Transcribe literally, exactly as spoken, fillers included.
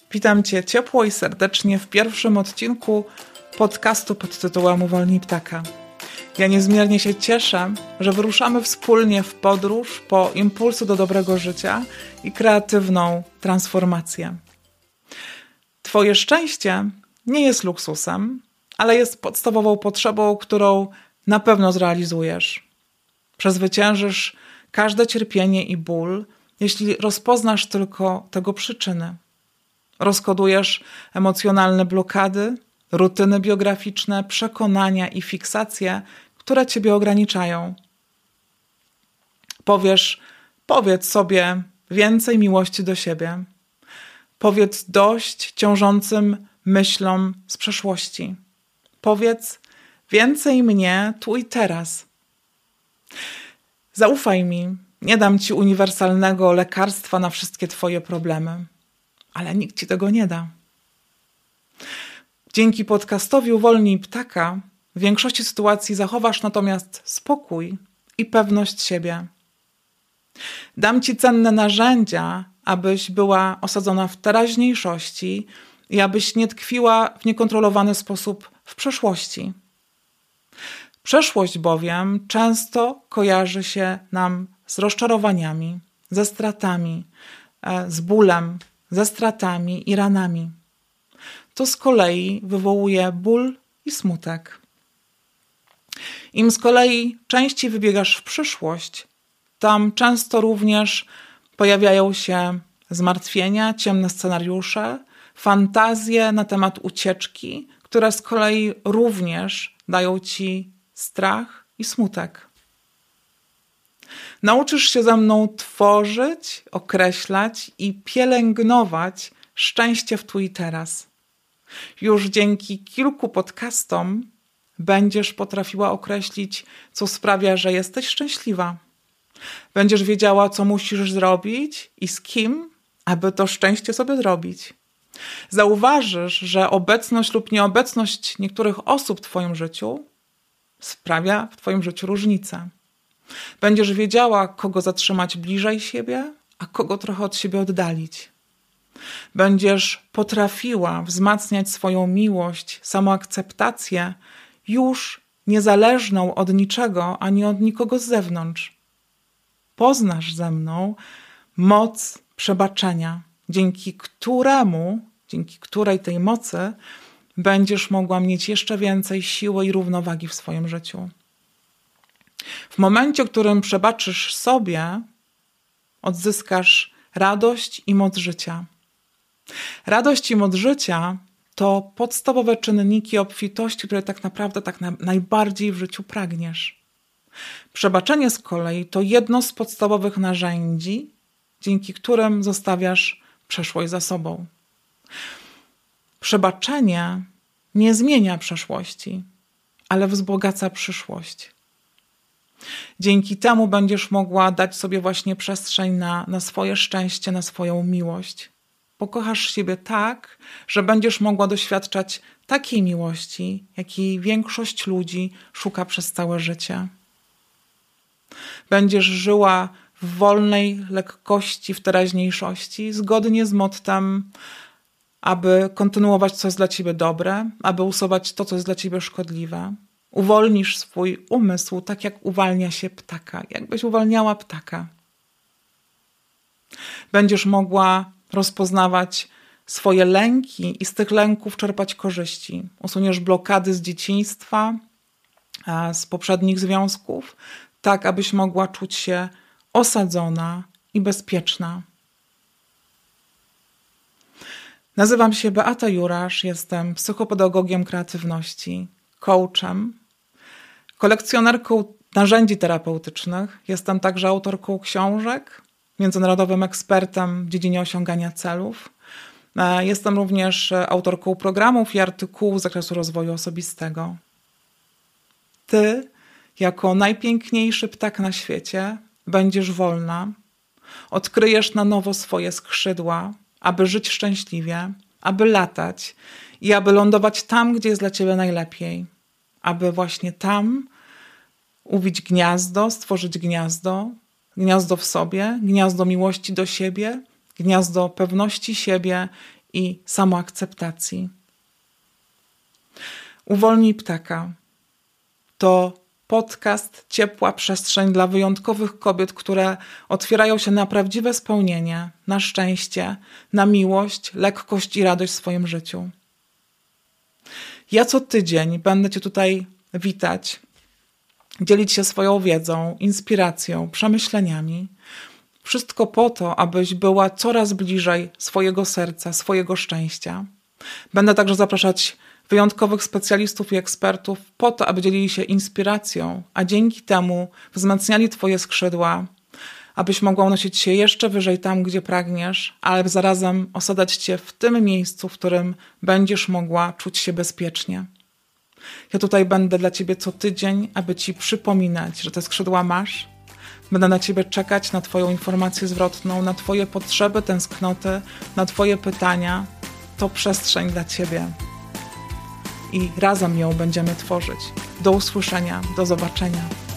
Witam Cię ciepło i serdecznie w pierwszym odcinku podcastu pod tytułem Uwolnij ptaka. Ja niezmiernie się cieszę, że wyruszamy wspólnie w podróż po impulsu do dobrego życia i kreatywną transformację. Twoje szczęście nie jest luksusem, ale jest podstawową potrzebą, którą na pewno zrealizujesz. Przezwyciężysz każde cierpienie i ból, jeśli rozpoznasz tylko tego przyczyny. Rozkodujesz emocjonalne blokady, rutyny biograficzne, przekonania i fiksacje, które Ciebie ograniczają. Powiesz, powiedz sobie więcej miłości do siebie. Powiedz dość ciążącym myślom z przeszłości. Powiedz więcej mnie tu i teraz. Zaufaj mi, nie dam Ci uniwersalnego lekarstwa na wszystkie Twoje problemy, ale nikt Ci tego nie da. Dzięki podcastowi Uwolnij ptaka w większości sytuacji zachowasz natomiast spokój i pewność siebie. Dam Ci cenne narzędzia, abyś była osadzona w teraźniejszości i abyś nie tkwiła w niekontrolowany sposób w przeszłości. Przeszłość bowiem często kojarzy się nam z rozczarowaniami, ze stratami, z bólem, ze stratami i ranami. To z kolei wywołuje ból i smutek. Im z kolei częściej wybiegasz w przyszłość, tam często również pojawiają się zmartwienia, ciemne scenariusze, fantazje na temat ucieczki, które z kolei również dają Ci strach i smutek. Nauczysz się ze mną tworzyć, określać i pielęgnować szczęście w tu i teraz. Już dzięki kilku podcastom będziesz potrafiła określić, co sprawia, że jesteś szczęśliwa. Będziesz wiedziała, co musisz zrobić i z kim, aby to szczęście sobie zrobić. Zauważysz, że obecność lub nieobecność niektórych osób w Twoim życiu sprawia w Twoim życiu różnicę. Będziesz wiedziała, kogo zatrzymać bliżej siebie, a kogo trochę od siebie oddalić. Będziesz potrafiła wzmacniać swoją miłość, samoakceptację już niezależną od niczego, ani od nikogo z zewnątrz. Poznasz ze mną moc przebaczenia, dzięki któremu, dzięki której tej mocy będziesz mogła mieć jeszcze więcej siły i równowagi w swoim życiu. W momencie, w którym przebaczysz sobie, odzyskasz radość i moc życia. Radość i moc życia to podstawowe czynniki obfitości, które tak naprawdę tak na, najbardziej w życiu pragniesz. Przebaczenie z kolei to jedno z podstawowych narzędzi, dzięki którym zostawiasz przeszłość za sobą. Przebaczenie nie zmienia przeszłości, ale wzbogaca przyszłość. Dzięki temu będziesz mogła dać sobie właśnie przestrzeń na, na swoje szczęście, na swoją miłość. Pokochasz siebie tak, że będziesz mogła doświadczać takiej miłości, jakiej większość ludzi szuka przez całe życie. Będziesz żyła w wolnej lekkości, w teraźniejszości, zgodnie z mottem, aby kontynuować, co jest dla Ciebie dobre, aby usuwać to, co jest dla Ciebie szkodliwe. Uwolnisz swój umysł tak, jak uwalnia się ptaka, jakbyś uwalniała ptaka. Będziesz mogła rozpoznawać swoje lęki i z tych lęków czerpać korzyści. Usuniesz blokady z dzieciństwa, z poprzednich związków, tak abyś mogła czuć się osadzona i bezpieczna. Nazywam się Beata Jurasz, jestem psychopedagogiem kreatywności, coachem, kolekcjonerką narzędzi terapeutycznych. Jestem także autorką książek, międzynarodowym ekspertem w dziedzinie osiągania celów. Jestem również autorką programów i artykułów z zakresu rozwoju osobistego. Ty, jako najpiękniejszy ptak na świecie, będziesz wolna, odkryjesz na nowo swoje skrzydła, aby żyć szczęśliwie, aby latać i aby lądować tam, gdzie jest dla Ciebie najlepiej. Aby właśnie tam uwić gniazdo, stworzyć gniazdo, gniazdo w sobie, gniazdo miłości do siebie, gniazdo pewności siebie i samoakceptacji. Uwolnij ptaka. To podcast Ciepła Przestrzeń dla wyjątkowych kobiet, które otwierają się na prawdziwe spełnienie, na szczęście, na miłość, lekkość i radość w swoim życiu. Ja co tydzień będę Cię tutaj witać, dzielić się swoją wiedzą, inspiracją, przemyśleniami. Wszystko po to, abyś była coraz bliżej swojego serca, swojego szczęścia. Będę także zapraszać wyjątkowych specjalistów i ekspertów po to, aby dzielili się inspiracją, a dzięki temu wzmacniali Twoje skrzydła, abyś mogła unosić się jeszcze wyżej tam, gdzie pragniesz, ale zarazem osadzać Cię w tym miejscu, w którym będziesz mogła czuć się bezpiecznie. Ja tutaj będę dla Ciebie co tydzień, aby Ci przypominać, że te skrzydła masz. Będę na Ciebie czekać, na Twoją informację zwrotną, na Twoje potrzeby, tęsknoty, na Twoje pytania. To przestrzeń dla Ciebie. I razem ją będziemy tworzyć. Do usłyszenia, do zobaczenia.